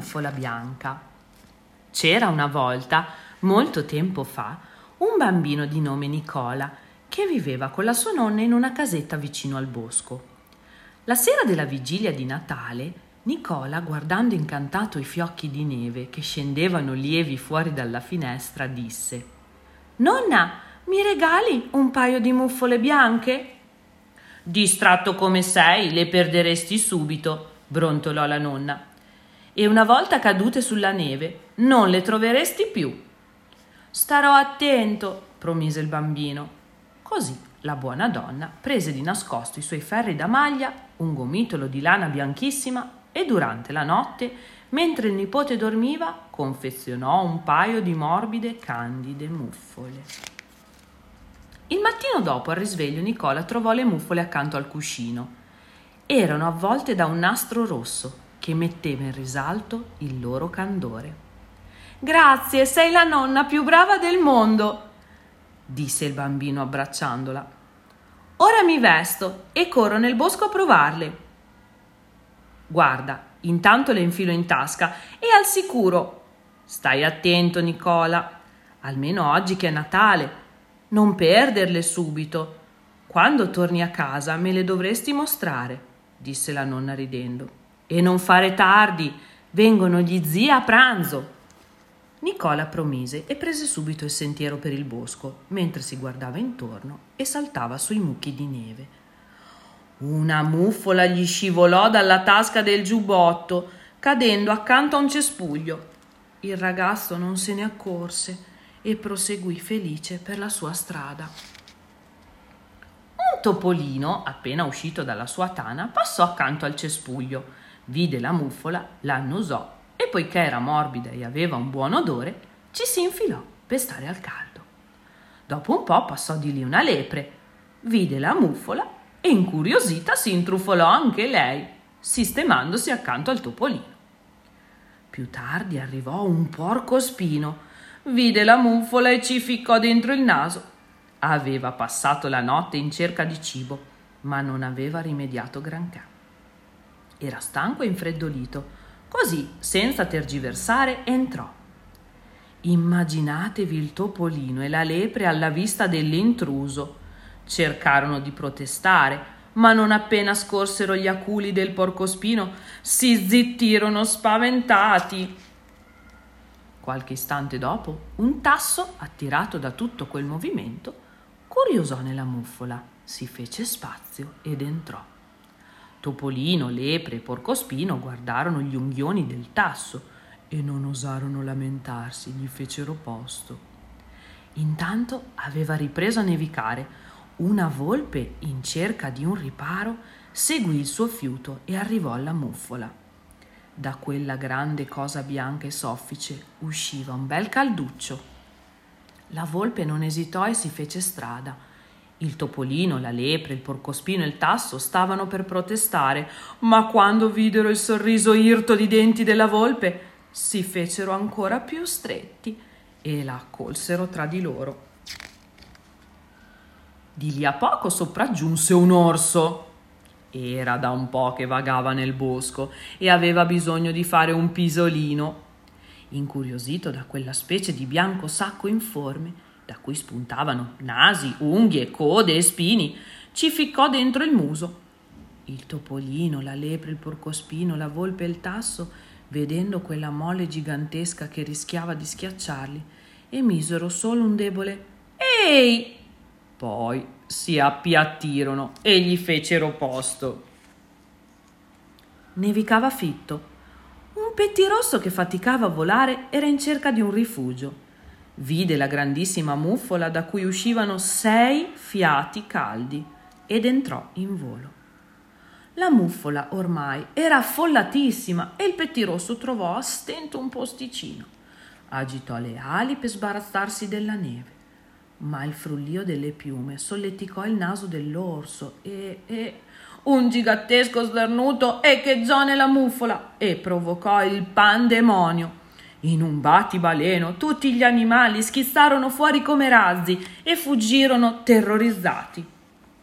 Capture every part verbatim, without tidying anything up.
muffola bianca. C'era una volta, molto tempo fa, un bambino di nome Nicola che viveva con la sua nonna in una casetta vicino al bosco. La sera della vigilia di Natale, Nicola, guardando incantato i fiocchi di neve che scendevano lievi fuori dalla finestra, disse: «Nonna, mi regali un paio di muffole bianche?» «Distratto come sei, le perderesti subito», brontolò la nonna. «E una volta cadute sulla neve, non le troveresti più». «Starò attento», promise il bambino. Così la buona donna prese di nascosto i suoi ferri da maglia, un gomitolo di lana bianchissima e durante la notte, mentre il nipote dormiva, confezionò un paio di morbide, candide muffole. Il mattino dopo, al risveglio, Nicola trovò le muffole accanto al cuscino. Erano avvolte da un nastro rosso che metteva in risalto il loro candore. «Grazie, sei la nonna più brava del mondo», disse il bambino abbracciandola. «Ora mi vesto e corro nel bosco a provarle». «Guarda, intanto le infilo in tasca e al sicuro». «Stai attento, Nicola, almeno oggi che è Natale. Non perderle subito. Quando torni a casa me le dovresti mostrare», disse la nonna ridendo. «E non fare tardi, vengono gli zii a pranzo». Nicola promise e prese subito il sentiero per il bosco, mentre si guardava intorno e saltava sui mucchi di neve. Una muffola gli scivolò dalla tasca del giubbotto, cadendo accanto a un cespuglio. Il ragazzo non se ne accorse e proseguì felice per la sua strada. Un topolino, appena uscito dalla sua tana, passò accanto al cespuglio, vide la muffola, l'annusò e poiché era morbida e aveva un buon odore, ci si infilò per stare al caldo. Dopo un po' passò di lì una lepre, vide la muffola e incuriosita si intrufolò anche lei, sistemandosi accanto al topolino. Più tardi arrivò un porcospino, vide la muffola e ci ficcò dentro il naso. Aveva passato la notte in cerca di cibo, ma non aveva rimediato granché. Era stanco e infreddolito. Così, senza tergiversare, entrò. Immaginatevi il topolino e la lepre alla vista dell'intruso. Cercarono di protestare, ma non appena scorsero gli aculi del porcospino, si zittirono spaventati. Qualche istante dopo, un tasso, attirato da tutto quel movimento, curiosò nella muffola, si fece spazio ed entrò. Topolino, lepre e porcospino guardarono gli unghioni del tasso e non osarono lamentarsi, gli fecero posto. Intanto aveva ripreso a nevicare. Una volpe, in cerca di un riparo, seguì il suo fiuto e arrivò alla muffola. Da quella grande cosa bianca e soffice usciva un bel calduccio. La volpe non esitò e si fece strada. Il topolino, la lepre, il porcospino e il tasso stavano per protestare, ma quando videro il sorriso irto di denti della volpe si fecero ancora più stretti e la accolsero tra di loro. Di lì a poco sopraggiunse un orso. Era da un po' che vagava nel bosco e aveva bisogno di fare un pisolino. Incuriosito da quella specie di bianco sacco informe, da cui spuntavano nasi, unghie, code e spini, ci ficcò dentro il muso. Il topolino, la lepre, il porcospino, la volpe e il tasso, vedendo quella mole gigantesca che rischiava di schiacciarli, emisero solo un debole «Ehi!». Poi si appiattirono e gli fecero posto. Nevicava fitto. Un pettirosso che faticava a volare era in cerca di un rifugio. Vide la grandissima muffola da cui uscivano sei fiati caldi ed entrò in volo. La muffola ormai era affollatissima e il pettirosso trovò a stento un posticino. Agitò le ali per sbarazzarsi della neve, ma il frullio delle piume solleticò il naso dell'orso e, e un gigantesco starnuto echeggiò nella muffola e provocò il pandemonio. In un battibaleno tutti gli animali schizzarono fuori come razzi e fuggirono terrorizzati.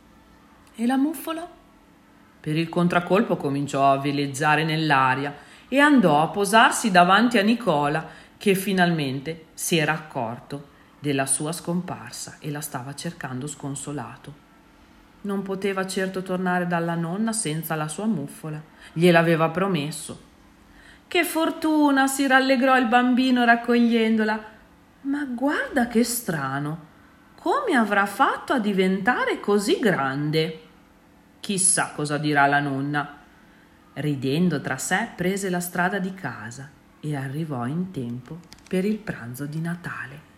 E la muffola? Per il contraccolpo cominciò a veleggiare nell'aria e andò a posarsi davanti a Nicola, che finalmente si era accorto della sua scomparsa e la stava cercando sconsolato. Non poteva certo tornare dalla nonna senza la sua muffola, gliel'aveva promesso. Che fortuna, si rallegrò il bambino raccogliendola. Ma guarda che strano, come avrà fatto a diventare così grande? Chissà cosa dirà la nonna. Ridendo tra sé, prese la strada di casa e arrivò in tempo per il pranzo di Natale.